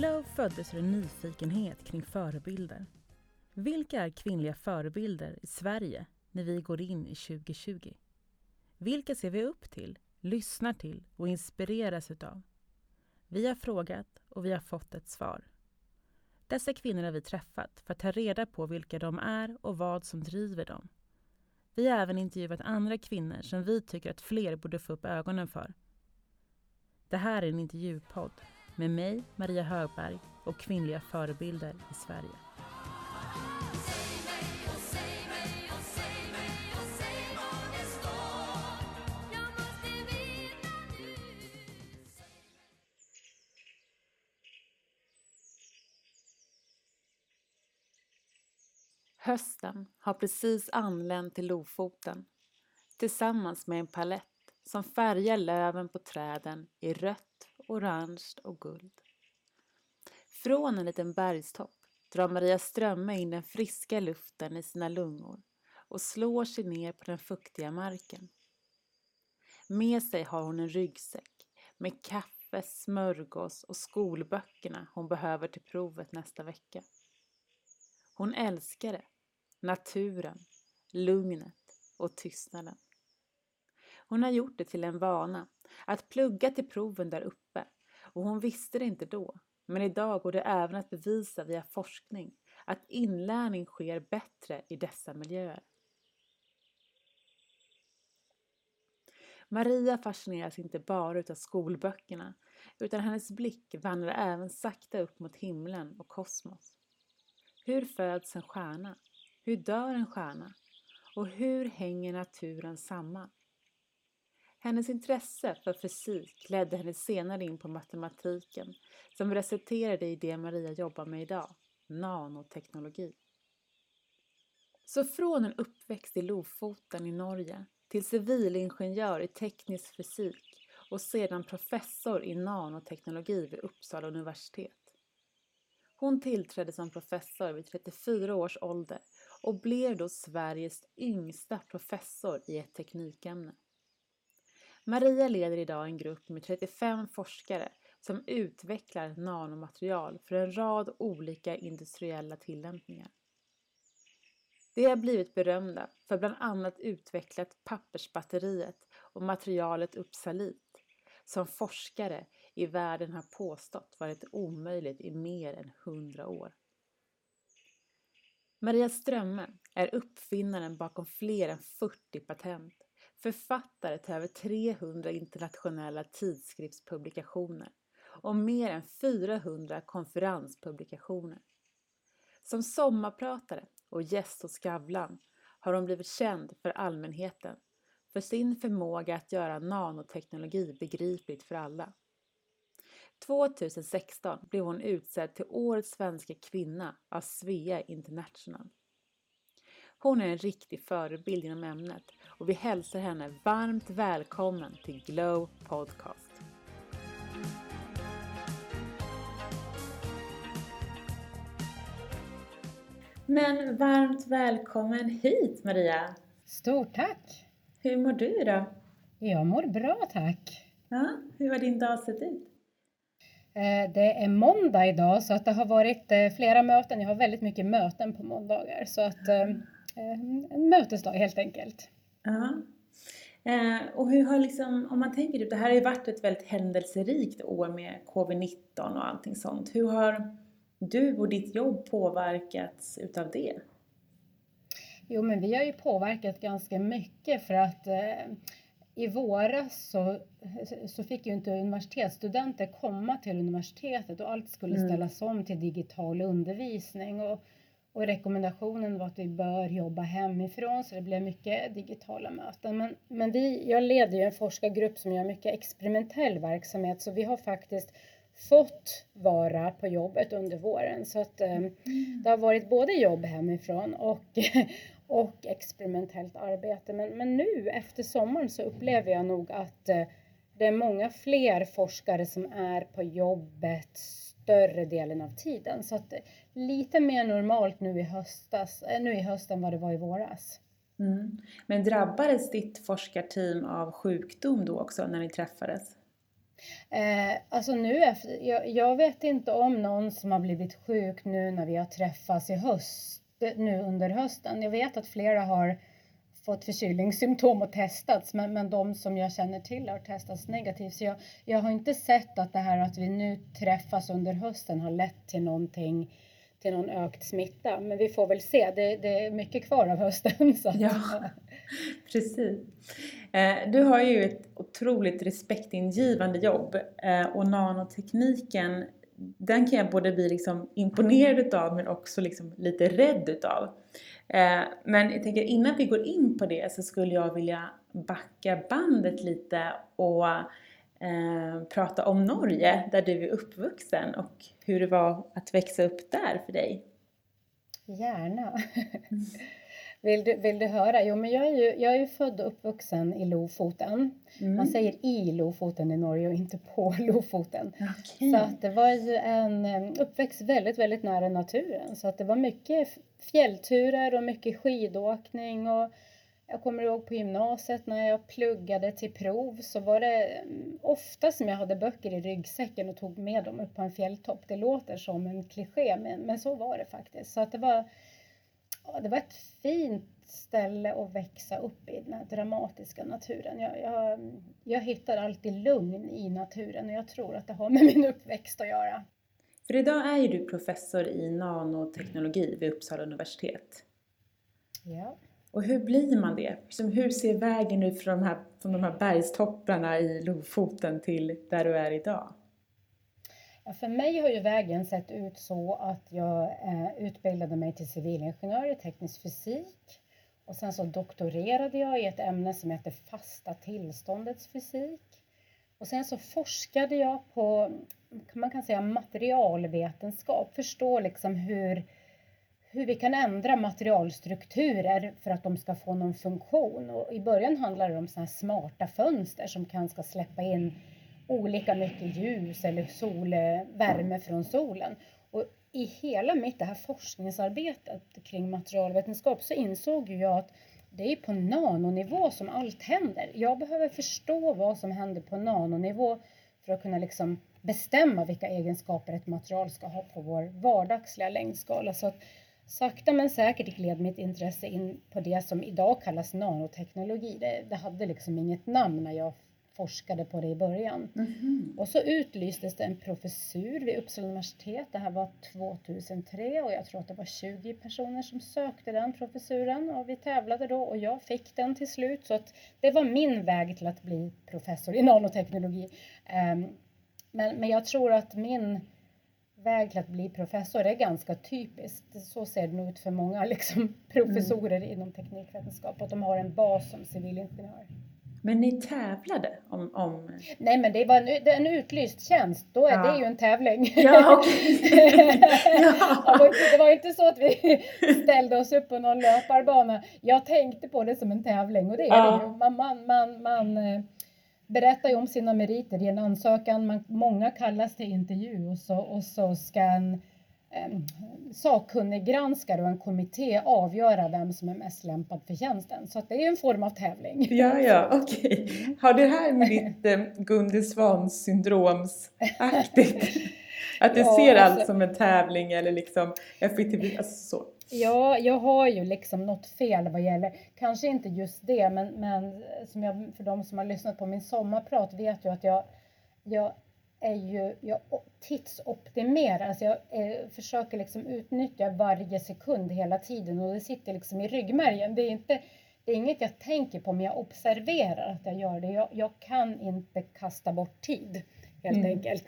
Glow föddes ur en nyfikenhet kring förebilder. Vilka är kvinnliga förebilder i Sverige när vi går in i 2020? Vilka ser vi upp till, lyssnar till och inspireras utav? Vi har frågat och vi har fått ett svar. Dessa kvinnor har vi träffat för att ta reda på vilka de är och vad som driver dem. Vi har även intervjuat andra kvinnor som vi tycker att fler borde få upp ögonen för. Det här är en intervjupodd med mig, Maria Högberg, och kvinnliga förebilder i Sverige. Hösten har precis anlänt till Lofoten tillsammans med en palett som färgar löven på träden i rött, orange och guld. Från en liten bergstopp drar Maria Strömme in den friska luften i sina lungor och slår sig ner på den fuktiga marken. Med sig har hon en ryggsäck med kaffe, smörgås och skolböckerna hon behöver till provet nästa vecka. Hon älskar det, naturen, lugnet och tystnaden. Hon har gjort det till en vana att plugga till proven där uppe och hon visste det inte då. Men idag går det även att bevisa via forskning att inlärning sker bättre i dessa miljöer. Maria fascineras inte bara utav skolböckerna utan hennes blick vandrar även sakta upp mot himlen och kosmos. Hur föds en stjärna? Hur dör en stjärna? Och hur hänger naturen samman? Hennes intresse för fysik ledde henne senare in på matematiken som resulterade i det Maria jobbar med idag, nanoteknologi. Så från en uppväxt i Lofoten i Norge till civilingenjör i teknisk fysik och sedan professor i nanoteknologi vid Uppsala universitet. Hon tillträdde som professor vid 34 års ålder och blev då Sveriges yngsta professor i ett teknikämne. Maria leder idag en grupp med 35 forskare som utvecklar nanomaterial för en rad olika industriella tillämpningar. De har blivit berömda för bland annat utvecklat pappersbatteriet och materialet Upsalit som forskare i världen har påstått varit omöjligt i mer än 100 år. Maria Strömme är uppfinnaren bakom fler än 40 patent, författare till över 300 internationella tidskriftspublikationer och mer än 400 konferenspublikationer. Som sommarpratare och gäst hos Skavlan har hon blivit känd för allmänheten för sin förmåga att göra nanoteknologi begripligt för alla. 2016 blev hon utsedd till Årets svenska kvinna av Svea International. Hon är en riktig förebild inom ämnet och vi hälsar henne varmt välkommen till Glow Podcast. Men varmt välkommen hit Maria. Stort tack. Hur mår du då? Jag mår bra tack. Ja, hur har din dag sett ut? Det är måndag idag så att det har varit flera möten. Jag har väldigt mycket möten på måndagar så att en mötesdag helt enkelt. Ja. Och hur har liksom, om man tänker det här har ju varit ett väldigt händelserikt år med covid-19 och allting sånt. Hur har du och ditt jobb påverkats utav det? Jo men vi har ju påverkat ganska mycket för att i våras så fick ju inte universitetsstudenter komma till universitetet och allt skulle ställas om till digital undervisning och rekommendationen var att vi bör jobba hemifrån så det blev mycket digitala möten. Men jag leder ju en forskargrupp som gör mycket experimentell verksamhet så vi har faktiskt fått vara på jobbet under våren så att det har varit både jobb hemifrån och experimentellt arbete. Men nu efter sommaren så upplever jag nog att det är många fler forskare som är på jobbet större delen av tiden. Så att lite mer normalt nu i hösten vad det var i våras. Mm. Men drabbades ditt forskarteam av sjukdom då också när ni träffades? Alltså jag vet inte om någon som har blivit sjuk nu när vi har träffats i höst, nu under hösten. Jag vet att flera har fått förkylningssymptom och testats, men de som jag känner till har testats negativt. Så jag har inte sett att det här att vi nu träffas under hösten har lett till någonting, till någon ökad smitta. Men vi får väl se, det är mycket kvar av hösten. Så. Ja, precis. Du har ju ett otroligt respektingivande jobb och nanotekniken, den kan jag både bli liksom imponerad utav men också liksom lite rädd utav. Men jag tänker innan vi går in på det så skulle jag vilja backa bandet lite och prata om Norge där du är uppvuxen och hur det var att växa upp där för dig. Gärna. Vill du höra? Jo, men jag är ju född och uppvuxen i Lofoten. Man säger i Lofoten i Norge och inte på Lofoten. Okay. Så att det var ju en uppväxt väldigt, väldigt nära naturen. Så att det var mycket fjällturer och mycket skidåkning. Och jag kommer ihåg på gymnasiet när jag pluggade till prov så var det ofta som jag hade böcker i ryggsäcken och tog med dem upp på en fjälltopp. Det låter som en kliché, men så var det faktiskt. Så att det var ett fint ställe att växa upp i, den här dramatiska naturen. Jag hittar alltid lugn i naturen och jag tror att det har med min uppväxt att göra. För idag är ju du professor i nanoteknologi vid Uppsala universitet. Ja. Och hur blir man det? Hur ser vägen ut från de här bergstopparna i Lofoten till där du är idag? Ja, för mig har ju vägen sett ut så att jag utbildade mig till civilingenjör i teknisk fysik. Och sen så doktorerade jag i ett ämne som heter fasta tillståndets fysik. Och sen så forskade jag på, man kan säga, materialvetenskap. Förstå liksom hur vi kan ändra materialstrukturer för att de ska få någon funktion. Och i början handlar det om såna här smarta fönster som ska släppa in olika mycket ljus eller värme från solen. Och i hela det här forskningsarbetet kring materialvetenskap så insåg jag att det är på nanonivå som allt händer. Jag behöver förstå vad som händer på nanonivå för att kunna liksom bestämma vilka egenskaper ett material ska ha på vår vardagsliga längdskala. Så att sakta men säkert gled mitt intresse in på det som idag kallas nanoteknologi. Det hade liksom inget namn när jag forskade på det i början. Mm-hmm. Och så utlystes det en professur vid Uppsala universitet. Det här var 2003 och jag tror att det var 20 personer som sökte den professuren. Och vi tävlade då och jag fick den till slut. Så att det var min väg till att bli professor i nanoteknologi. Men jag tror att min väg till att bli professor är ganska typiskt. Så ser det nog ut för många liksom, professorer inom teknikvetenskap. Att de har en bas som civilingenjör. Men ni tävlade om... Nej, men det var en utlyst tjänst. Då är det ju en tävling. Ja, okay. Det var inte så att vi ställde oss upp på någon löparbana. Jag tänkte på det som en tävling. Och det är det ju. Man berättar ju om sina meriter i en ansökan. Många kallas till intervju. Och så ska en sakkunnig granskare och en kommitté avgöra vem som är mest lämpad för tjänsten. Så att det är en form av tävling. Ja, okej. Har det här med ditt Gunde Svans syndromsaktigt? Att du ser allt som en tävling eller liksom effektivitet, alltså så. Ja, jag har ju liksom något fel vad gäller, kanske inte just det, men som jag, för de som har lyssnat på min sommarprat vet ju att jag tidsoptimerar. Alltså jag försöker liksom utnyttja varje sekund hela tiden och det sitter liksom i ryggmärgen. Det är inget jag tänker på, men jag observerar att jag gör det. Jag kan inte kasta bort tid helt enkelt.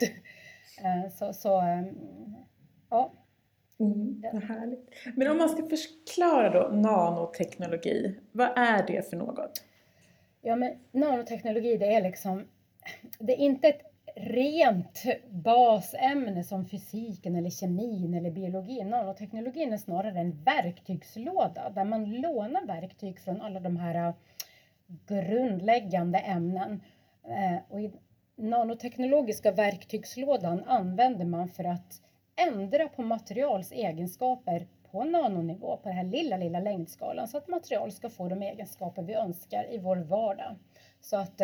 Ja. Vad härligt. Men om man ska förklara då nanoteknologi, vad är det för något? Ja, men nanoteknologi det är inte ett rent basämne som fysiken eller kemin eller biologin. Nanoteknologin är snarare en verktygslåda där man lånar verktyg från alla de här grundläggande ämnen. Och i nanoteknologiska verktygslådan använder man för att ändra på materials egenskaper på nanonivå, på den här lilla längdskalan, så att material ska få de egenskaper vi önskar i vår vardag. Så att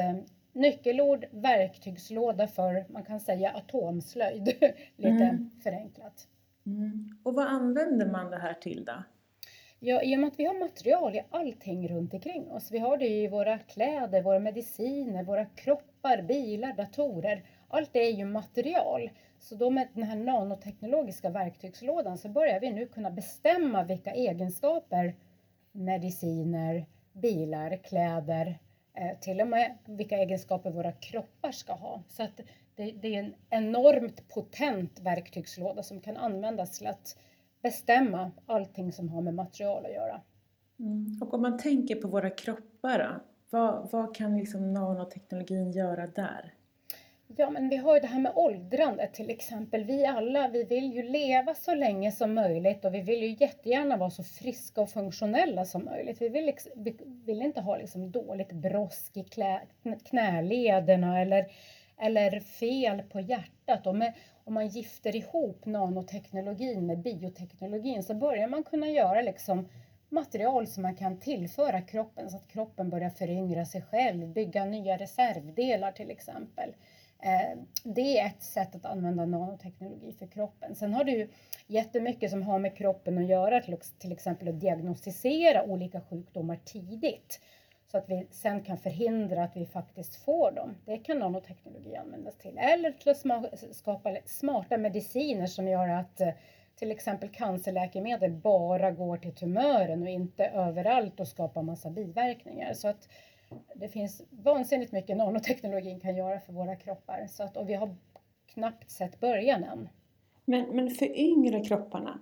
nyckelord, verktygslåda för, man kan säga atomslöjd, lite förenklat. Och vad använder man det här till då? Ja, i och med att vi har material i allting runt omkring oss. Vi har det i våra kläder, våra mediciner, våra kroppar, bilar, datorer. Allt det är ju material. Så då med den här nanoteknologiska verktygslådan så börjar vi nu kunna bestämma vilka egenskaper mediciner, bilar, kläder, till och med vilka egenskaper våra kroppar ska ha. Så att det är en enormt potent verktygslåda som kan användas till att bestämma allting som har med material att göra. Och om man tänker på våra kroppar då, vad kan liksom nanoteknologin göra där? Ja, men vi har ju det här med åldrande till exempel. Vi vill ju leva så länge som möjligt och vi vill ju jättegärna vara så friska och funktionella som möjligt. Vi vill inte ha liksom dåligt brosk i knälederna eller fel på hjärtat. Om man gifter ihop nanoteknologin med bioteknologin så börjar man kunna göra liksom material som man kan tillföra kroppen så att kroppen börjar föryngra sig själv, bygga nya reservdelar till exempel. Det är ett sätt att använda nanoteknologi för kroppen. Sen har du ju jättemycket som har med kroppen att göra, till exempel att diagnostisera olika sjukdomar tidigt. Så att vi sen kan förhindra att vi faktiskt får dem. Det kan nanoteknologi användas till. Eller till att skapa smarta mediciner som gör att till exempel cancerläkemedel bara går till tumören och inte överallt och skapar massa biverkningar. Så att det finns vansinnigt mycket nanoteknologin kan göra för våra kroppar. Så att, och vi har knappt sett början än. Men för yngre kropparna,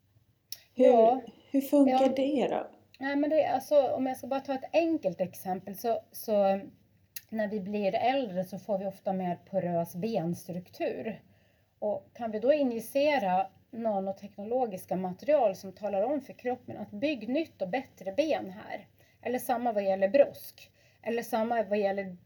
hur funkar det då? Nej, men det är alltså, om jag ska bara ta ett enkelt exempel så när vi blir äldre så får vi ofta mer porös benstruktur. Och kan vi då injicera nanoteknologiska material som talar om för kroppen att bygg nytt och bättre ben här. Eller samma vad gäller brosk. Eller samma vad gäller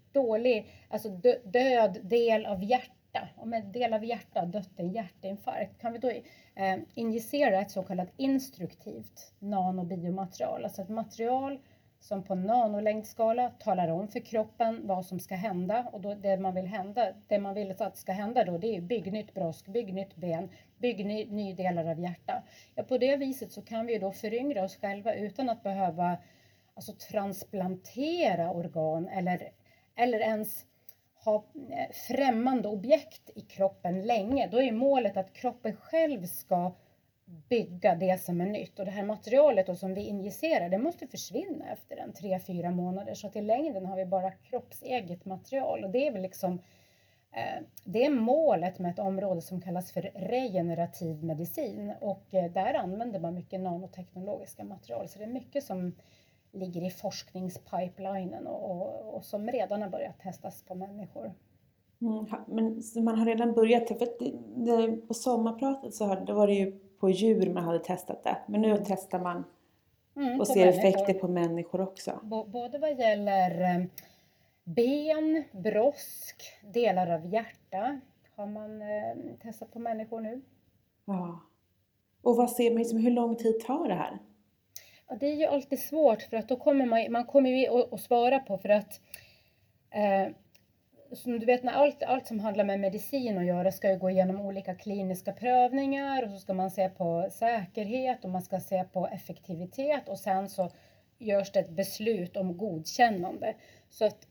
död del av hjärta. Om en del av hjärta dött en hjärtinfarkt kan vi då injicera ett så kallat instruktivt nanobiomaterial. Alltså ett material som på nanolängdskala talar om för kroppen vad som ska hända. Och då det man vill att ska hända då, det är bygg nytt brosk, bygg nytt ben, bygg ny delar av hjärta. Ja, på det viset så kan vi då föryngra oss själva utan att behöva transplantera organ eller ens ha främmande objekt i kroppen länge. Då är målet att kroppen själv ska bygga det som är nytt. Och det här materialet då som vi injicerar, det måste försvinna efter 3-4 månader. Så att i längden har vi bara kroppseget material. Och det är väl liksom, det är målet med ett område som kallas för regenerativ medicin. Och där använder man mycket nanoteknologiska material. Så det är mycket som ligger i forskningspipelinen och som redan har börjat testas på människor. Men så man har redan börjat, för att på sommarpratet så då var det ju på djur man hade testat det. Men nu testar man och ser effekter på människor också. Både vad gäller ben, brosk, delar av hjärta har man testat på människor nu. Ja. Och vad ser man, hur lång tid tar det här? Ja, det är ju alltid svårt för att då kommer man kommer ju att svara på för att som du vet när allt som handlar med medicin att göra ska ju gå igenom olika kliniska prövningar och så ska man se på säkerhet och man ska se på effektivitet och sen så görs det ett beslut om godkännande. Så att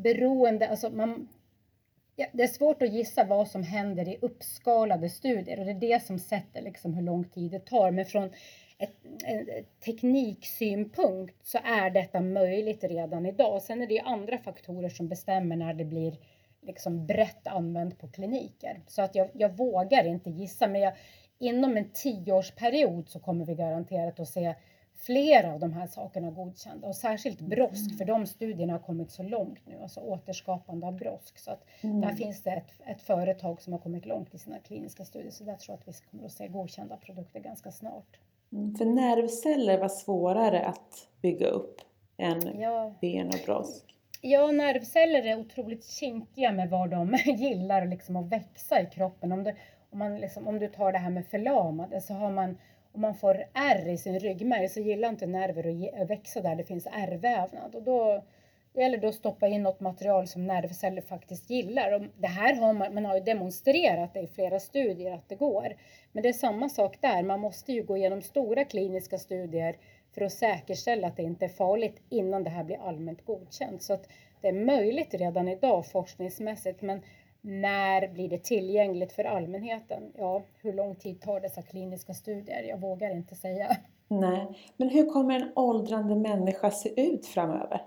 det är svårt att gissa vad som händer i uppskalade studier och det är det som sätter liksom hur lång tid det tar. Men från en tekniksynpunkt så är detta möjligt redan idag. Sen är det andra faktorer som bestämmer när det blir liksom brett använt på kliniker. Så att jag vågar inte gissa, men inom en 10-årsperiod så kommer vi garanterat att se flera av de här sakerna godkända. Och särskilt brosk, för de studierna har kommit så långt nu. Alltså återskapande av brosk. Så att där finns det ett företag som har kommit långt i sina kliniska studier. Så där tror jag att vi kommer att se godkända produkter ganska snart. För nervceller var svårare att bygga upp än ben och brosk. Ja, nervceller är otroligt kinkiga med vad de gillar liksom att växa i kroppen. Om du tar det här med förlamade så har man, om man får ärr i sin ryggmärg så gillar inte nerver att växa där det finns ärrvävnad. Och då Eller då stoppa in något material som nervceller faktiskt gillar. Och det här har man har ju demonstrerat det i flera studier att det går. Men det är samma sak där. Man måste ju gå igenom stora kliniska studier för att säkerställa att det inte är farligt innan det här blir allmänt godkänt. Så att det är möjligt redan idag forskningsmässigt, men när blir det tillgängligt för allmänheten? Ja, hur lång tid tar dessa kliniska studier? Jag vågar inte säga. Nej, men hur kommer en åldrande människa se ut framöver?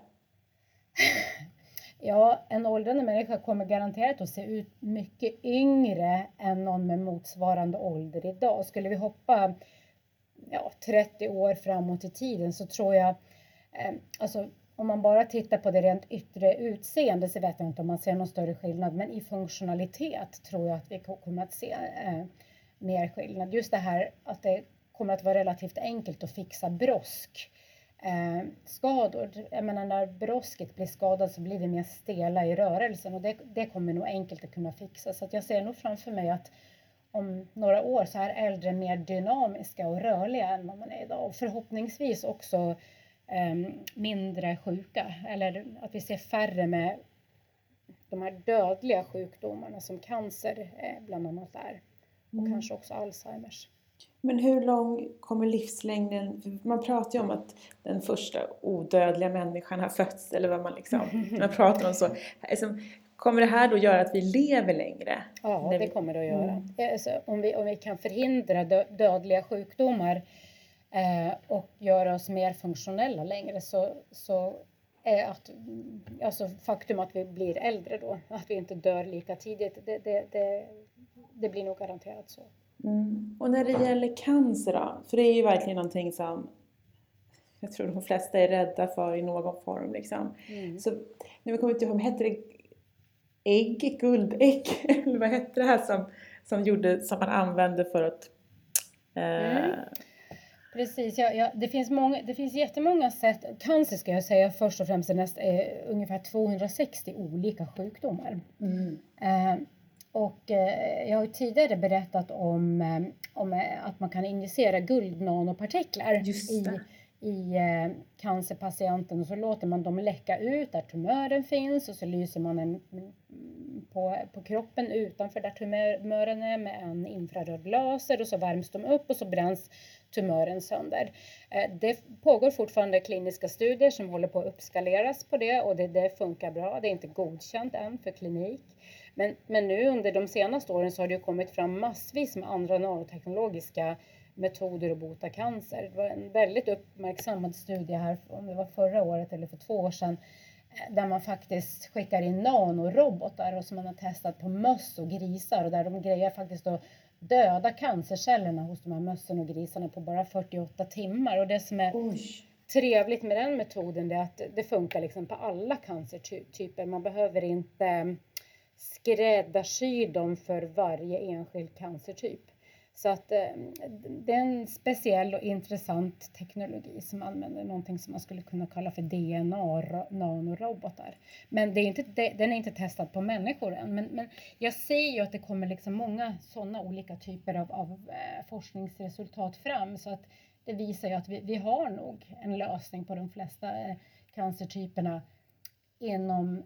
Ja, en åldrande människa kommer garanterat att se ut mycket yngre än någon med motsvarande ålder idag. Skulle vi hoppa 30 år framåt i tiden så tror jag, alltså om man bara tittar på det rent yttre utseende så vet jag inte om man ser någon större skillnad. Men i funktionalitet tror jag att vi kommer att se mer skillnad. Just det här att det kommer att vara relativt enkelt att fixa skador. Jag menar när brosket blir skadad så blir vi mer stela i rörelsen och det kommer nog enkelt att kunna fixa. Så att jag ser nog framför mig att om några år så är äldre mer dynamiska och rörliga än vad man är idag. Och förhoppningsvis också mindre sjuka. Eller att vi ser färre med de här dödliga sjukdomarna som cancer bland annat är. Och kanske också Alzheimers. Men hur lång kommer livslängden? Man pratar ju om att den första odödliga människan har fötts. Eller vad man liksom, man pratar om så. Alltså, kommer det här då göra att vi lever längre? Ja, det kommer det att göra. Alltså, om vi kan förhindra dödliga sjukdomar och göra oss mer funktionella längre så är alltså faktum att vi blir äldre då, att vi inte dör lika tidigt, det blir nog garanterat så. Och när det gäller cancer då, för det är ju verkligen någonting som jag tror de flesta är rädda för i någon form liksom. Så nu kommer jag inte ihåg, heter det guldägg eller vad heter det här som man använde för att Precis, det finns jättemånga sätt. Cancer ska jag säga först och främst är ungefär 260 olika sjukdomar. Och jag har tidigare berättat om att man kan injicera guldnanopartiklar i cancerpatienten och så låter man dem läcka ut där tumören finns och så lyser man på kroppen utanför där tumören är med en infraröd laser och så värms de upp och så bränns tumören sönder. Det pågår fortfarande kliniska studier som håller på att uppskaleras på det och det funkar bra. Det är inte godkänt än för klinik. Men nu under de senaste åren så har det kommit fram massvis med andra nanoteknologiska metoder att bota cancer. Det var en väldigt uppmärksammad studie här, om det var förra året eller för 2 år sedan, där man faktiskt skickar in nanorobotar och som man har testat på möss och grisar och där de grejer faktiskt att döda cancercellerna hos de här mössen och grisarna på bara 48 timmar. Och det som är trevligt med den metoden är att det funkar liksom på alla cancertyper. Man behöver inte skräddarsy dem för varje enskild cancertyp. Så att det är en speciell och intressant teknologi som använder någonting som man skulle kunna kalla för DNA-nanorobotar. Men den är inte testad på människor än. Men jag ser ju att det kommer liksom många sådana olika typer av forskningsresultat fram. Så att det visar ju att vi har nog en lösning på de flesta cancertyperna inom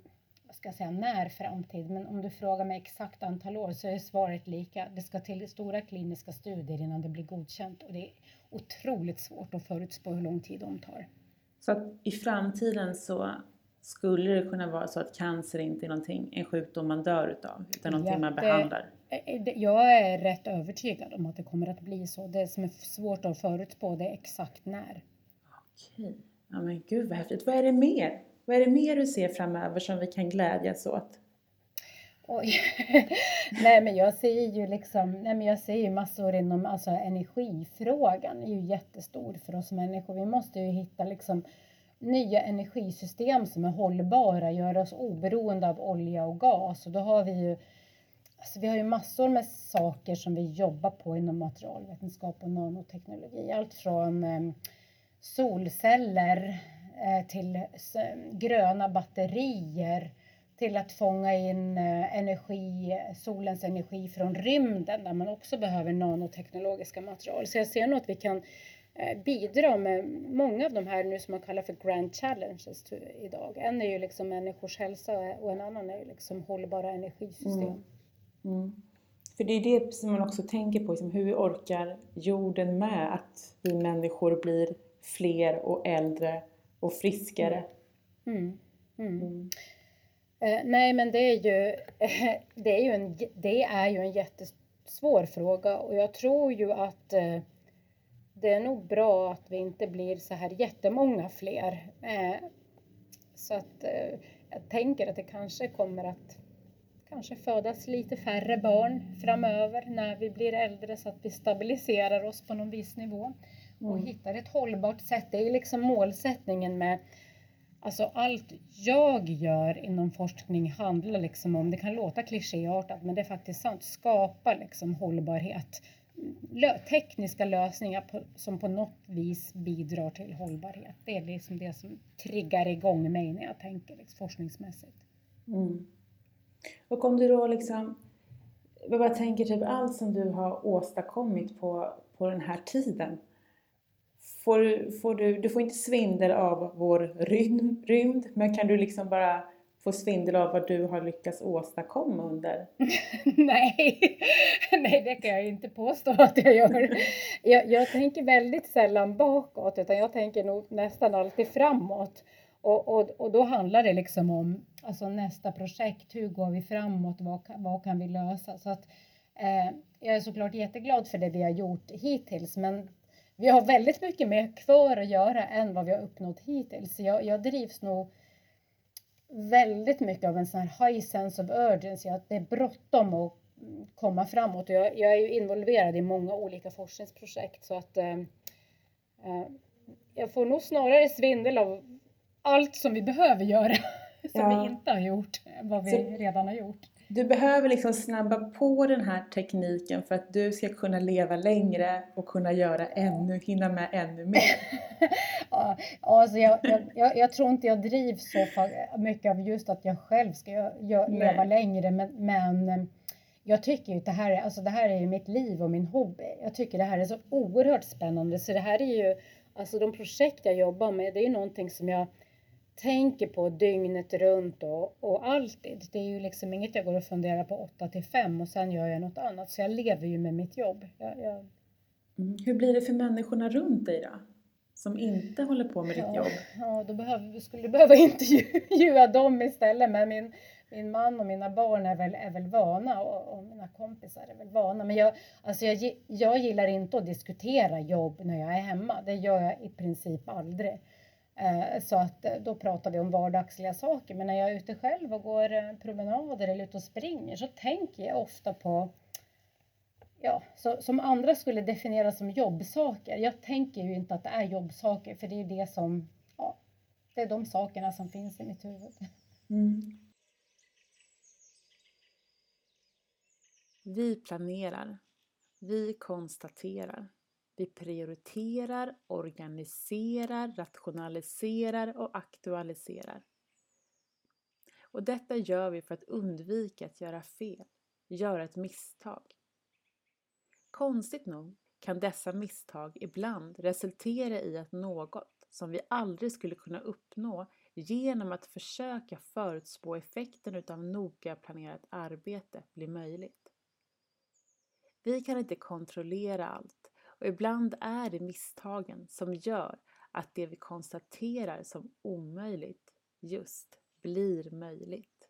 när framtid. Men om du frågar mig exakt antal år så är svaret lika. Det ska till stora kliniska studier innan det blir godkänt. Och det är otroligt svårt att förutspå hur lång tid de tar. Så att i framtiden så skulle det kunna vara så att cancer inte är en sjukdom man dör utav. Utan någonting man behandlar. Jag är rätt övertygad om att det kommer att bli så. Det som är svårt att förutspå det är exakt när. Okej. Ja men gud vad häftigt. Vad är det mer? Vad är det mer du ser framöver som vi kan glädjas åt? Oj. Nej men jag ser ju massor inom energifrågan är ju jättestor för oss människor. Vi måste ju hitta nya energisystem som är hållbara, göra oss oberoende av olja och gas. Och då har vi har ju massor med saker som vi jobbar på inom materialvetenskap och nanoteknologi. Allt från solceller till gröna batterier, till att fånga in solens energi från rymden där man också behöver nanoteknologiska material. Så jag ser nog att vi kan bidra med många av de här nu som man kallar för grand challenges idag. En är ju liksom människors hälsa och en annan är ju liksom hållbara energisystem. För det är det som man också tänker på, liksom, hur orkar jorden med att vi människor blir fler och äldre och friskare? Nej, men det är ju en jättesvår fråga, och jag tror ju att det är nog bra att vi inte blir så här jättemånga fler. Så att jag tänker att det kanske kommer att födas lite färre barn framöver när vi blir äldre, så att vi stabiliserar oss på någon viss nivå och hittar ett hållbart sätt. Det är liksom målsättningen med, alltså allt jag gör inom forskning handlar liksom om, det kan låta klichéartat men det är faktiskt sant, skapa liksom hållbarhet. Tekniska lösningar som på något vis bidrar till hållbarhet. Det är liksom det som triggar igång mig när jag tänker liksom forskningsmässigt. Och om du då liksom, jag bara tänker typ allt som du har åstadkommit på den här tiden. Du får inte svindel av vår rymd, men kan du liksom bara få svindel av vad du har lyckats åstadkomma under? Nej, det kan jag inte påstå att jag gör. Jag tänker väldigt sällan bakåt, utan jag tänker nog nästan alltid framåt. Och då handlar det liksom om, alltså nästa projekt, hur går vi framåt, vad kan vi lösa? Så att jag är såklart jätteglad för det vi har gjort hittills, men vi har väldigt mycket mer kvar att göra än vad vi har uppnått hittills. Jag drivs nog väldigt mycket av en sån här high sense of urgency, att det är bråttom att komma framåt. Jag är ju involverad i många olika forskningsprojekt, så att jag får nog snarare svindel av allt som vi behöver göra som vi inte har gjort, vad vi redan har gjort. Du behöver liksom snabba på den här tekniken för att du ska kunna leva längre och kunna hinna med ännu mer. Ja, alltså jag tror inte jag drivs så mycket av just att jag själv ska leva längre, men jag tycker ju att det här är ju mitt liv och min hobby. Jag tycker det här är så oerhört spännande, så det här är ju, alltså de projekt jag jobbar med, det är ju någonting som jag tänker på dygnet runt och alltid. Det är ju liksom inget jag går och funderar på 8-5 och sen gör jag något annat. Så jag lever ju med mitt jobb. Hur blir det för människorna runt dig då? Som inte håller på med ditt jobb? Ja, då skulle du behöva intervjua dem istället. Men min man och mina barn är väl vana, och mina kompisar är väl vana. Men jag gillar inte att diskutera jobb när jag är hemma. Det gör jag i princip aldrig. Så att då pratar vi om vardagsliga saker. Men när jag är ute själv och går promenader eller ute och springer, så tänker jag ofta på, som andra skulle definiera som jobbsaker. Jag tänker ju inte att det är jobbsaker, för det är ju det som, det är de sakerna som finns i mitt huvud. Vi planerar, vi konstaterar. Vi prioriterar, organiserar, rationaliserar och aktualiserar. Och detta gör vi för att undvika att göra fel, göra ett misstag. Konstigt nog kan dessa misstag ibland resultera i att något som vi aldrig skulle kunna uppnå genom att försöka förutspå effekten utav noga planerat arbete blir möjligt. Vi kan inte kontrollera allt. Och ibland är det misstagen som gör att det vi konstaterar som omöjligt just blir möjligt.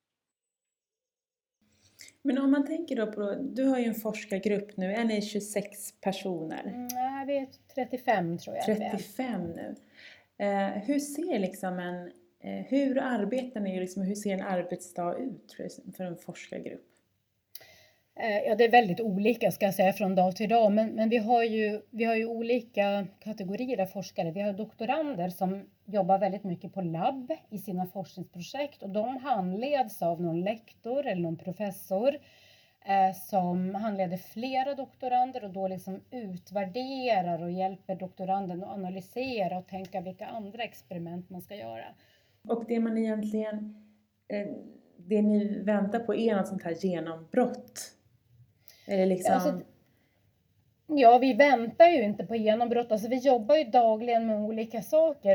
Men om man tänker då på, du har ju en forskargrupp nu, är ni 26 personer? Nej, vi är 35 tror jag. 35 nu. Hur ser liksom hur arbetar ni, liksom, hur ser en arbetsdag ut för en forskargrupp? Ja, det är väldigt olika ska jag säga från dag till dag, men vi har ju olika kategorier av forskare. Vi har doktorander som jobbar väldigt mycket på labb i sina forskningsprojekt, och de handleds av någon lektor eller någon professor som handleder flera doktorander och då liksom utvärderar och hjälper doktoranden att analysera och tänka vilka andra experiment man ska göra. Och det man egentligen, det ni väntar på är något sånt här genombrott? Eller liksom... Ja, vi väntar ju inte på genombrott. Alltså, vi jobbar ju dagligen med olika saker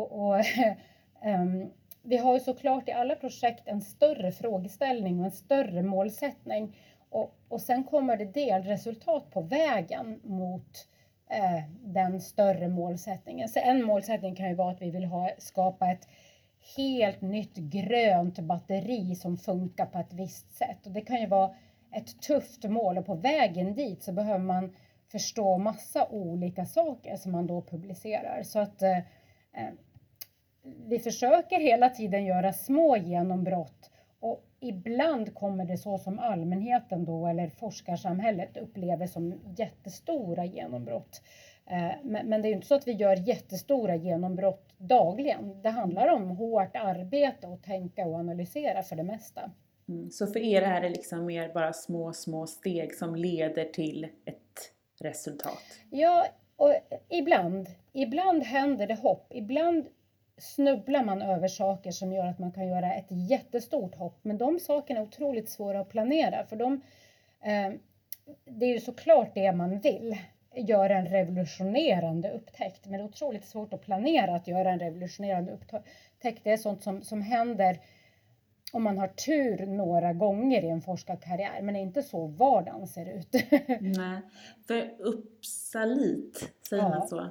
vi har ju såklart i alla projekt en större frågeställning och en större målsättning. Och sen kommer det delresultat på vägen mot den större målsättningen. Så en målsättning kan ju vara att vi vill skapa ett helt nytt grönt batteri som funkar på ett visst sätt. Och det kan ju vara ett tufft mål, och på vägen dit så behöver man förstå massa olika saker som man då publicerar. Så att vi försöker hela tiden göra små genombrott, och ibland kommer det så som allmänheten då eller forskarsamhället upplever som jättestora genombrott. Men det är ju inte så att vi gör jättestora genombrott dagligen. Det handlar om hårt arbete och tänka och analysera för det mesta. Så för er är det liksom mer bara små steg som leder till ett resultat? Ja, och ibland händer det hopp. Ibland snubblar man över saker som gör att man kan göra ett jättestort hopp. Men de sakerna är otroligt svåra att planera. För det är ju såklart det man vill. Göra en revolutionerande upptäckt. Men det är otroligt svårt att planera att göra en revolutionerande upptäckt. Det är sånt som händer om man har tur några gånger i en forskarkarriär. Men det är inte så vardagen ser ut. Nej, för Uppsalit, säger man så?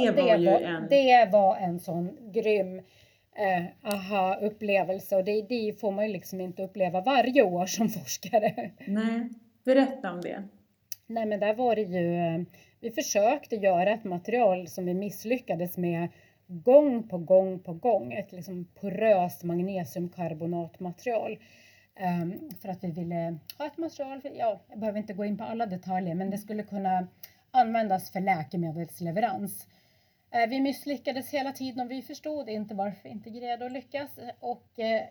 Det var en sån grym aha-upplevelse. Och det får man ju liksom inte uppleva varje år som forskare. Nej, berätta om det. Nej, men där var det ju... Vi försökte göra ett material som vi misslyckades med gång på gång. Ett liksom poröst magnesiumkarbonatmaterial. För att vi ville ha ett material, jag behöver inte gå in på alla detaljer, men det skulle kunna användas för läkemedelsleverans. Vi misslyckades hela tiden och vi förstod inte varför vi inte grejade att lyckas. Och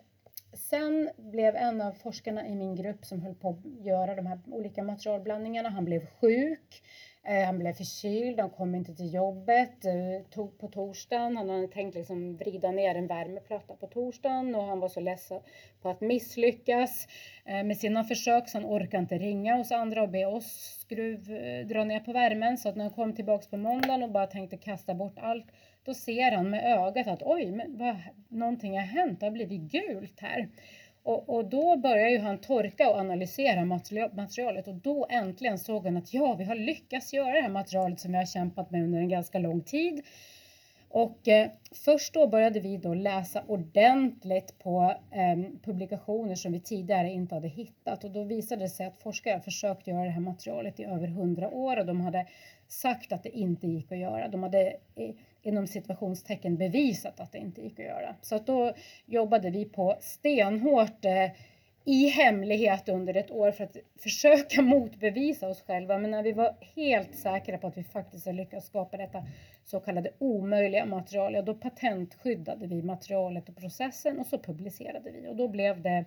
sen blev en av forskarna i min grupp som höll på att göra de här olika materialblandningarna, han blev sjuk. Han blev förkyld, han kom inte till jobbet på torsdagen. Han hade tänkt liksom vrida ner en värmeplatta på torsdagen och han var så ledsen på att misslyckas med sina försök. Så han orkade inte ringa hos andra och be oss dra ner på värmen. Så att när han kom tillbaka på måndagen och bara tänkte kasta bort allt, då ser han med ögat att oj, men någonting har hänt, det har blivit gult här. Och då börjar ju han torka och analysera materialet, och då äntligen såg han att vi har lyckats göra det här materialet som vi har kämpat med under en ganska lång tid. Och först då började vi då läsa ordentligt på publikationer som vi tidigare inte hade hittat. Och då visade det sig att forskare försökt göra det här materialet i över 100 år och de hade sagt att det inte gick att göra. De hade inom situationstecken bevisat att det inte gick att göra. Så att då jobbade vi på stenhårt i hemlighet under ett år för att försöka motbevisa oss själva. Men när vi var helt säkra på att vi faktiskt har lyckats skapa detta så kallade omöjliga material, då patentskyddade vi materialet och processen och så publicerade vi. Och då blev det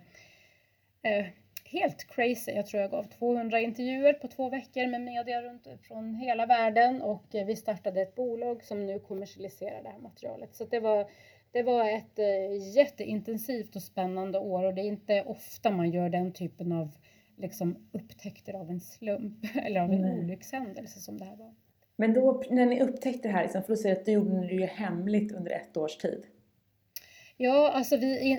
helt crazy. Jag tror jag gav 200 intervjuer på 2 veckor med media runt från hela världen. Och vi startade ett bolag som nu kommersialiserar det här materialet. Så det var ett jätteintensivt och spännande år. Och det är inte ofta man gör den typen av liksom, upptäckter av en slump. Eller av en olyckshändelse som det här var. Men då när ni upptäckte det här, liksom, för att säga att det gjorde ni ju hemligt under 1 års tid. Ja, alltså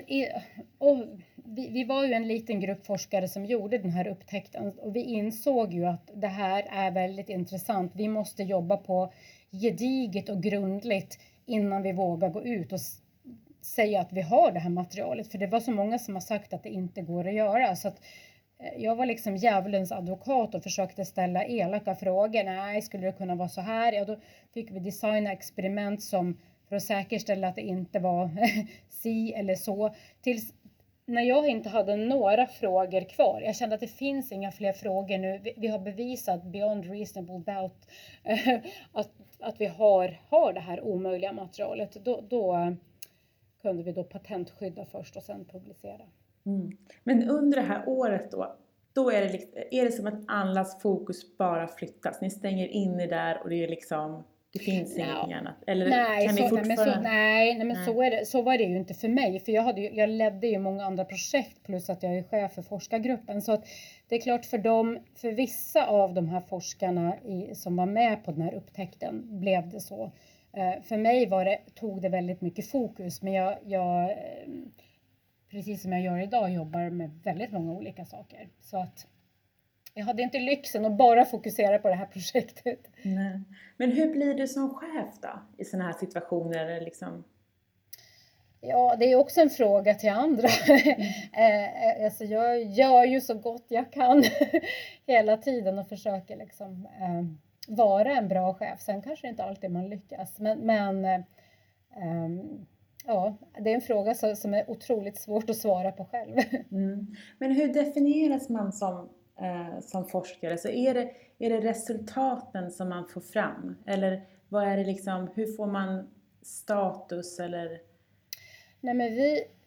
vi var ju en liten grupp forskare som gjorde den här upptäckten. Och vi insåg ju att det här är väldigt intressant. Vi måste jobba på gediget och grundligt innan vi vågar gå ut och säga att vi har det här materialet. För det var så många som har sagt att det inte går att göra. Så att jag var liksom djävulens advokat och försökte ställa elaka frågor. Nej, skulle det kunna vara så här? Ja, då fick vi designa experiment som för att säkerställa att det inte var si eller så. Tills när jag inte hade några frågor kvar. Jag kände att det finns inga fler frågor nu. Vi har bevisat beyond reasonable doubt att vi har det här omöjliga materialet. Då kunde vi då patentskydda först och sen publicera. Mm. Men under det här året då är det som att allas fokus bara flyttas. Ni stänger in er där och det är liksom, Det finns ingenting Ja. annat. Eller Nej, kan ni fortfarande... så var det ju inte för mig. För jag ledde ju många andra projekt plus att jag är chef för forskargruppen. Så att det är klart för vissa av de här forskarna som var med på den här upptäckten blev det så. För mig tog det väldigt mycket fokus. Men jag precis som jag gör idag, jobbar med väldigt många olika saker. Så att jag hade inte lyxen att bara fokusera på det här projektet. Nej. Men hur blir du som chef då i sådana här situationer? Liksom? Ja, det är också en fråga till andra. Alltså jag gör ju så gott jag kan hela tiden och försöker liksom vara en bra chef. Sen kanske inte alltid man lyckas. Men ja, det är en fråga som är otroligt svårt att svara på själv. Mm. Men hur definieras man som forskare? Så är det resultaten som man får fram? Eller vad är det liksom, hur får man status eller? Nej, men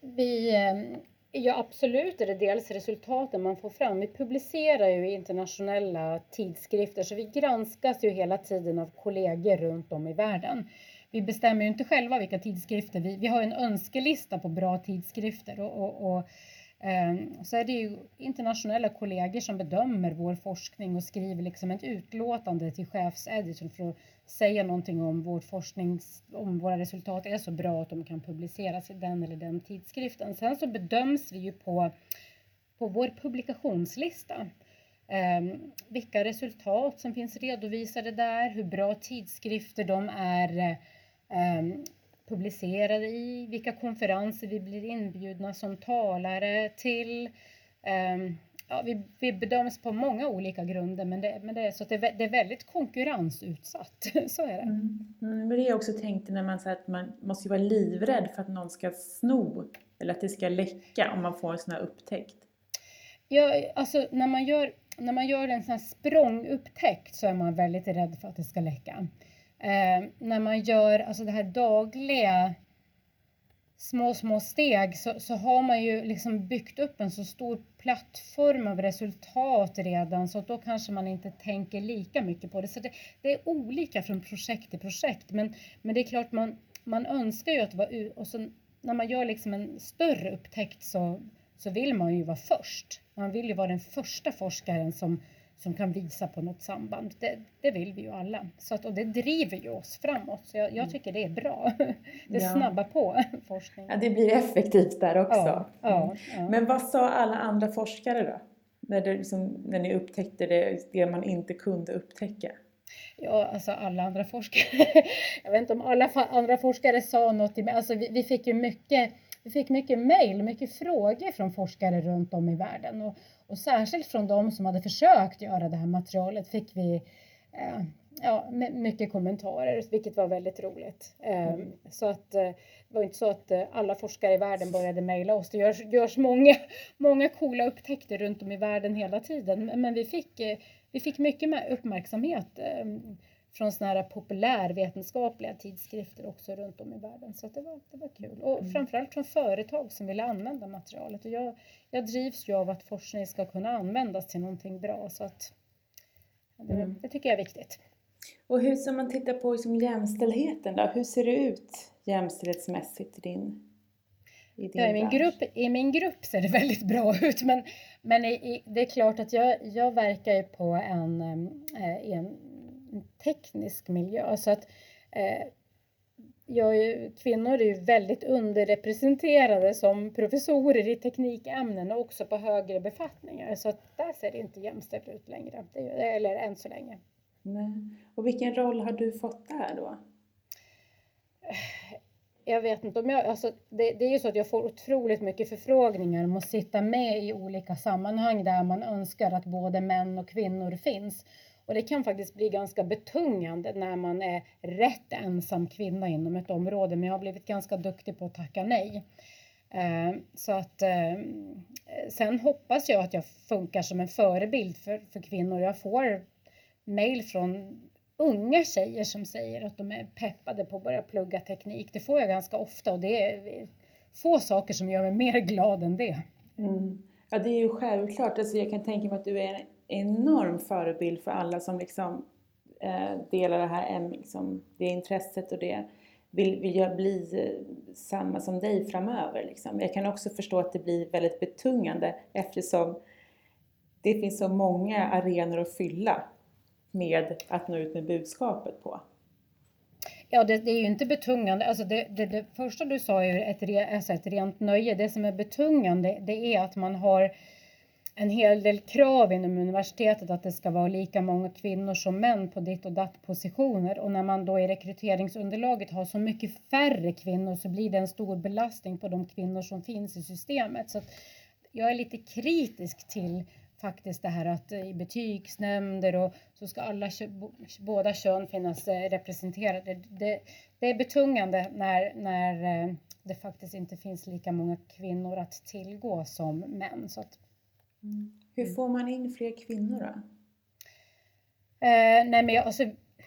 ja, absolut är det dels resultaten man får fram. Vi publicerar ju i internationella tidskrifter, så vi granskas ju hela tiden av kollegor runt om i världen. Vi bestämmer ju inte själva vilka tidskrifter. Vi har en önskelista på bra tidskrifter och så är det ju internationella kollegor som bedömer vår forskning och skriver liksom ett utlåtande till chefseditorn för att säga någonting om vår forskning, om våra resultat är så bra att de kan publiceras i den eller den tidskriften. Sen så bedöms vi ju på vår publikationslista. Vilka resultat som finns redovisade där, hur bra tidskrifter de är publicerade i, vilka konferenser vi blir inbjudna som talare till. Ja, vi bedöms på många olika grunder, men det är så att det är väldigt konkurrensutsatt. Så är det. Men det är också tänkt när man säger att man måste ju vara livrädd för att någon ska sno eller att det ska läcka om man får en sån här upptäckt. Ja, alltså när man gör en sån här språngupptäckt så är man väldigt rädd för att det ska läcka. När man gör alltså det här dagliga små steg så har man ju liksom byggt upp en så stor plattform av resultat redan, så då kanske man inte tänker lika mycket på det. Så det är olika från projekt till projekt, men det är klart man önskar ju att vara och så när man gör liksom en större upptäckt så vill man ju vara först. Man vill ju vara den första forskaren som kan visa på något samband. Det vill vi ju alla. Och det driver ju oss framåt. Så jag tycker det är bra. Det snabbar på forskningen. Ja, det blir effektivt där också. Ja. Men vad sa alla andra forskare då? När ni upptäckte det man inte kunde upptäcka? Ja, alltså alla andra forskare. Jag vet inte om alla andra forskare sa något. Alltså vi fick ju mycket mejl, mycket frågor från forskare runt om i världen. Och särskilt från de som hade försökt göra det här materialet fick vi mycket kommentarer, vilket var väldigt roligt. Så att det var inte så att alla forskare i världen började mejla oss. Det görs många coola upptäckter runt om i världen hela tiden. Men vi fick mycket uppmärksamhet från såna här populärvetenskapliga tidskrifter också runt om i världen. Så att det var kul. Och framförallt från företag som ville använda materialet. Och jag drivs ju av att forskning ska kunna användas till någonting bra. Så att det tycker jag är viktigt. Och hur som man tittar på liksom jämställdheten då? Hur ser det ut jämställdhetsmässigt i din i min grupp ser det väldigt bra ut. Men det är klart att jag verkar ju på i en teknisk miljö. Så att kvinnor är ju väldigt underrepresenterade som professorer i teknikämnen och också på högre befattningar. Så att där ser det inte jämställt ut längre. Eller än så länge. Nej. Och vilken roll har du fått där då? Jag vet inte om det är ju så att jag får otroligt mycket förfrågningar om att sitta med i olika sammanhang där man önskar att både män och kvinnor finns. Och det kan faktiskt bli ganska betungande när man är rätt ensam kvinna inom ett område. Men jag har blivit ganska duktig på att tacka nej. Sen hoppas jag att jag funkar som en förebild för kvinnor. Jag får mejl från unga tjejer som säger att de är peppade på att börja plugga teknik. Det får jag ganska ofta och det är få saker som gör mig mer glad än det. Ja, det är ju självklart. Alltså jag kan tänka mig att du är en enorm förebild för alla som liksom delar det här liksom, det intresset och det. Vill jag bli samma som dig framöver? Liksom. Jag kan också förstå att det blir väldigt betungande eftersom det finns så många arenor att fylla med att nå ut med budskapet på. Ja, det är ju inte betungande. Alltså det första du sa är ju ett rent nöje. Det som är betungande, det är att man har en hel del krav inom universitetet att det ska vara lika många kvinnor som män på ditt och datt positioner. Och när man då i rekryteringsunderlaget har så mycket färre kvinnor så blir det en stor belastning på de kvinnor som finns i systemet. Så att jag är lite kritisk till faktiskt det här att i betygsnämnder och så ska båda kön finnas representerade. Det är betungande när det faktiskt inte finns lika många kvinnor att tillgå som män. Så att, Hur får man in fler kvinnor då? Nej men alltså,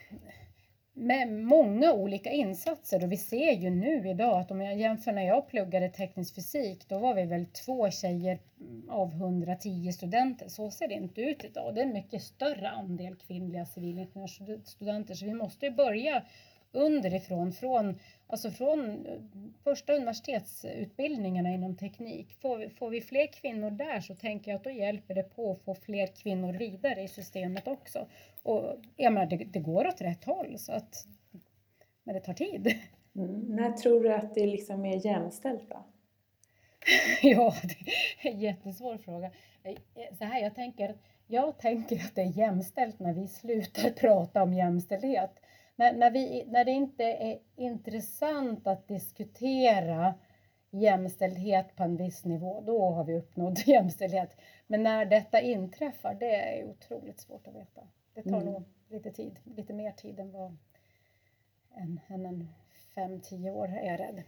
med många olika insatser, och vi ser ju nu idag att om jag jämför när jag pluggade teknisk fysik, då var vi väl 2 tjejer av 110 studenter. Så ser det inte ut idag. Det är en mycket större andel kvinnliga civilingenjörsstudenter, så vi måste ju börja underifrån, från första universitetsutbildningarna inom teknik. Får vi fler kvinnor där, så tänker jag att då hjälper det på att få fler kvinnor vidare i systemet också. Och jag menar, det går åt rätt håll, så att, men det tar tid. När tror du att det liksom är jämställt då? Ja, det är en jättesvår fråga. Så här, jag tänker att det är jämställt när vi slutar prata om jämställdhet. När det inte är intressant att diskutera jämställdhet på en viss nivå, då har vi uppnått jämställdhet. Men när detta inträffar, det är otroligt svårt att veta. Det tar nog lite mer tid än vad än 5-10 år är jag rädd.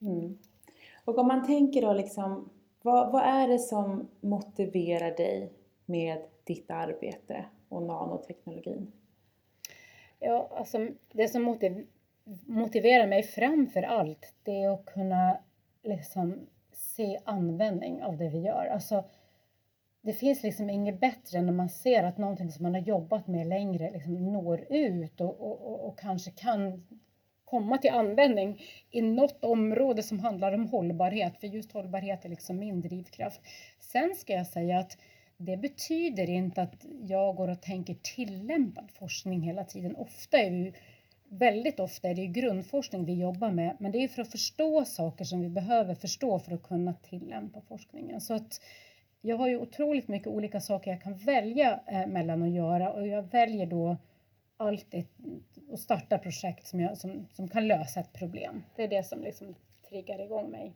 Och om man tänker då liksom, vad är det som motiverar dig med ditt arbete och nanoteknologin? Ja, alltså det som motiverar mig framför allt, det är att kunna liksom se användning av det vi gör. Alltså, det finns liksom inget bättre än när man ser att någonting som man har jobbat med längre liksom når ut och kanske kan komma till användning i något område som handlar om hållbarhet. För just hållbarhet är liksom min drivkraft. Sen ska jag säga att det betyder inte att jag går och tänker tillämpad forskning hela tiden. Väldigt ofta är det ju grundforskning vi jobbar med. Men det är ju för att förstå saker som vi behöver förstå för att kunna tillämpa forskningen. Så att jag har ju otroligt mycket olika saker jag kan välja mellan att göra. Och jag väljer då alltid att starta projekt som kan lösa ett problem. Det är det som liksom triggar igång mig.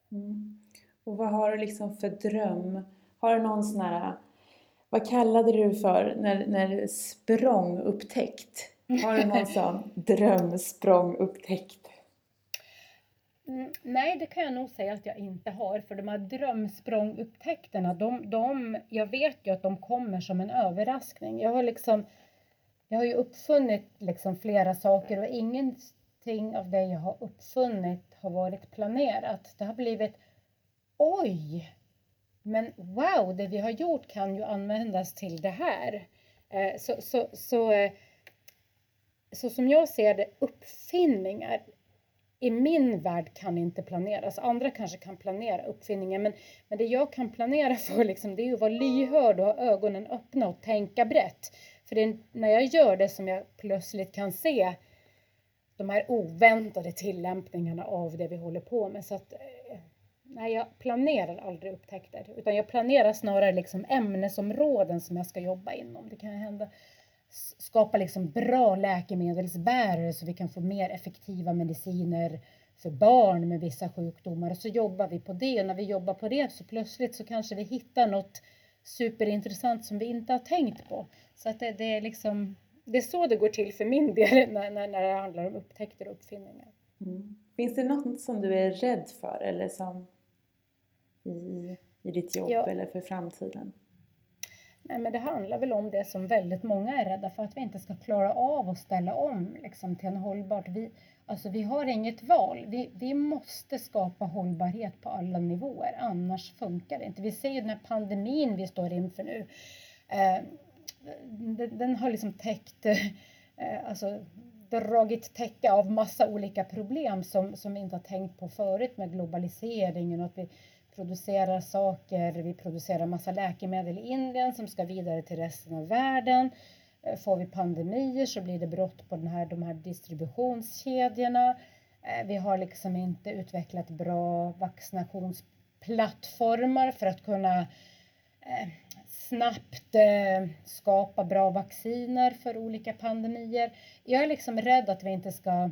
Och vad har du liksom för dröm? Har du någon sån här, vad kallade du för när språng upptäckt? Har du någon sån drömsprång upptäckt? Nej, det kan jag nog säga att jag inte har. För de här drömsprångupptäckterna, jag vet ju att de kommer som en överraskning. Jag har ju uppfunnit liksom flera saker och ingenting av det jag har uppfunnit har varit planerat. Det har blivit, oj! Men wow, det vi har gjort kan ju användas till det här. Så som jag ser det, uppfinningar i min värld kan inte planeras. Andra kanske kan planera uppfinningar. Men det jag kan planera för liksom, det är att vara lyhörd och ha ögonen öppna och tänka brett. För det är när jag gör det som jag plötsligt kan se de här oväntade tillämpningarna av det vi håller på med. Så att, nej, jag planerar aldrig upptäckter. Utan jag planerar snarare liksom ämnesområden som jag ska jobba inom. Det kan hända skapa liksom bra läkemedelsbärare så vi kan få mer effektiva mediciner för barn med vissa sjukdomar. Och så jobbar vi på det. Och när vi jobbar på det så plötsligt så kanske vi hittar något superintressant som vi inte har tänkt på. Så att det är liksom, det är så det går till för min del när det handlar om upptäckter och uppfinningar. Finns det något som du är rädd för eller som i ditt jobb eller för framtiden? Nej, men det handlar väl om det som väldigt många är rädda för, att vi inte ska klara av att ställa om liksom, till en hållbart. Vi har inget val. Vi måste skapa hållbarhet på alla nivåer, annars funkar det inte. Vi ser ju den här pandemin vi står inför nu. Den har liksom täckt alltså dragit täcke av massa olika problem som vi inte har tänkt på förut med globaliseringen och att vi producerar saker, vi producerar massa läkemedel i Indien som ska vidare till resten av världen. Får vi pandemier så blir det brott på de här distributionskedjorna. Vi har liksom inte utvecklat bra vaccinationsplattformar för att kunna snabbt skapa bra vacciner för olika pandemier. Jag är liksom rädd att vi inte ska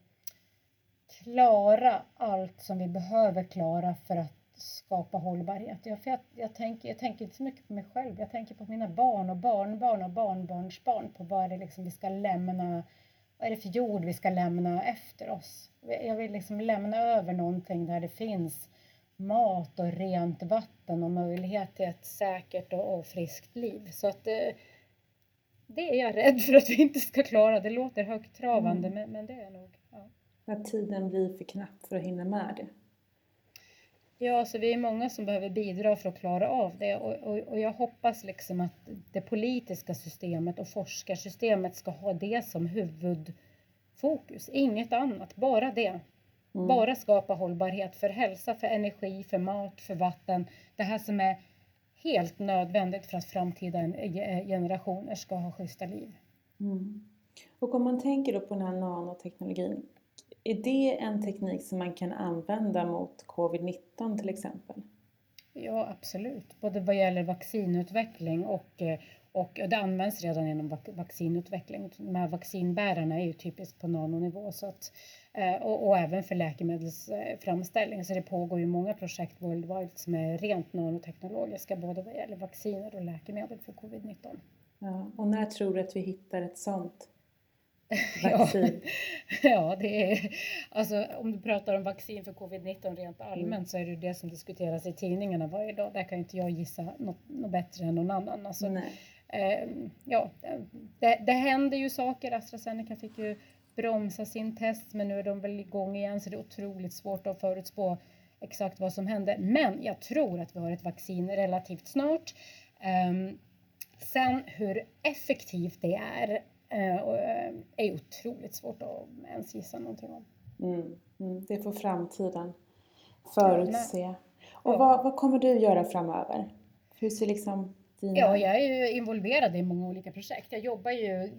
klara allt som vi behöver klara för att skapa hållbarhet. Jag tänker inte så mycket på mig själv. Jag tänker på mina barn och barnbarn och barnbarnsbarn. På vad är det liksom vi ska lämna. Vad är det för jord vi ska lämna efter oss? Jag vill liksom lämna över någonting där det finns mat och rent vatten och möjlighet till ett säkert och friskt liv. Så att det är jag rädd för att vi inte ska klara. Det låter högtravande men det är nog. Ja. Att tiden blir för knapp för att hinna med det. Ja, så vi är många som behöver bidra för att klara av det. Och jag hoppas liksom att det politiska systemet och forskarsystemet ska ha det som huvudfokus. Inget annat, bara det. Bara skapa hållbarhet för hälsa, för energi, för mat, för vatten. Det här som är helt nödvändigt för att framtida generationer ska ha schyssta liv. Och om man tänker då på den här nanoteknologin. Är det en teknik som man kan använda mot covid-19 till exempel? Ja, absolut. Både vad gäller vaccinutveckling och det används redan inom vaccinutveckling. De här vaccinbärarna är ju typiskt på nanonivå. Så att, och även för läkemedelsframställning. Så det pågår ju många projekt worldwide som är rent nanoteknologiska. Både vad gäller vacciner och läkemedel för covid-19. Ja, och när tror du att vi hittar ett sånt vaccin? Ja, det är, alltså om du pratar om vaccin för covid-19 rent allmänt så är det det som diskuteras i tidningarna varje dag. Där kan inte jag gissa något bättre än någon annan. Alltså, ja, det händer ju saker. AstraZeneca fick ju bromsa sin test men nu är de väl igång igen så det är otroligt svårt att förutspå exakt vad som händer. Men jag tror att vi har ett vaccin relativt snart. Sen hur effektivt det är otroligt svårt att ens gissa någonting om. Det får framtiden förutse. Och vad kommer du göra framöver? Hur ser liksom dina... Ja, jag är ju involverad i många olika projekt. Jag jobbar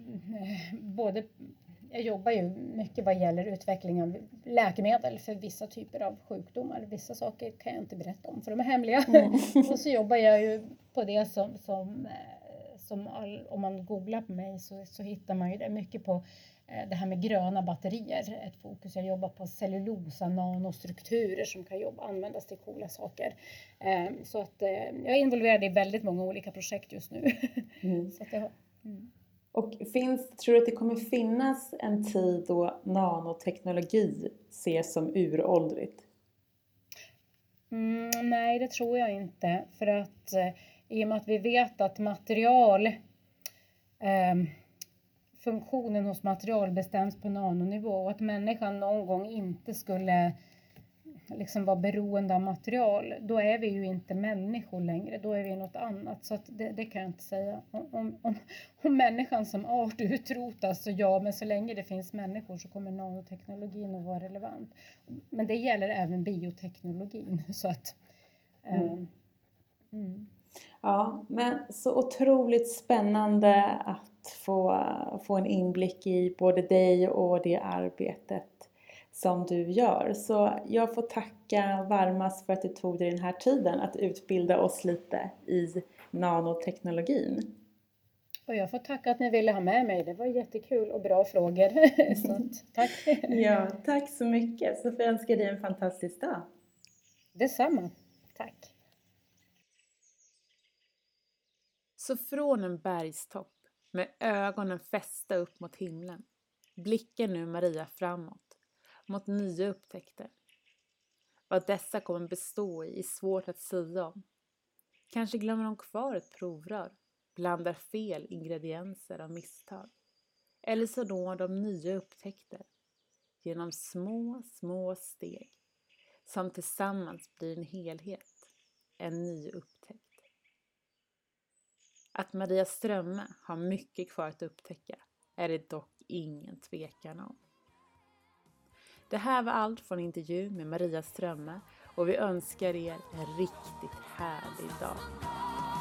ju mycket vad gäller utveckling av läkemedel för vissa typer av sjukdomar. Vissa saker kan jag inte berätta om för de är hemliga. Och så jobbar jag ju på det som om man googlar på mig så hittar man ju det mycket på det här med gröna batterier. Ett fokus. Jag jobbar på cellulosa, nanostrukturer som kan användas till coola saker. Så att jag är involverad i väldigt många olika projekt just nu. Så att Och tror du att det kommer finnas en tid då nanoteknologi ses som uråldrigt? Nej, det tror jag inte. För att i och med att vi vet att funktionen hos material bestäms på nanonivå och att människan någon gång inte skulle liksom vara beroende av material, då är vi ju inte människor längre, då är vi något annat. Så att det kan jag inte säga. Om människan som art utrotas så ja, men så länge det finns människor så kommer nanoteknologin att vara relevant. Men det gäller även bioteknologin. Så att, Ja, men så otroligt spännande att få en inblick i både dig och det arbetet som du gör. Så jag får tacka varmast för att du tog dig den här tiden att utbilda oss lite i nanoteknologin. Och jag får tacka att ni ville ha med mig. Det var jättekul och bra frågor. Så att, tack. Ja, tack så mycket. Så får jag önska dig en fantastisk dag. Detsamma. Tack. Så från en bergstopp med ögonen fästa upp mot himlen blickar nu Maria framåt mot nya upptäckter. Vad dessa kommer bestå i är svårt att säga om. Kanske glömmer de kvar ett provrör, blandar fel ingredienser av misstag. Eller så når de nya upptäckter genom små steg som tillsammans blir en helhet, en ny upptäckt. Att Maria Strömme har mycket kvar att upptäcka är det dock ingen tvekan om. Det här var allt från intervju med Maria Strömme och vi önskar er en riktigt härlig dag.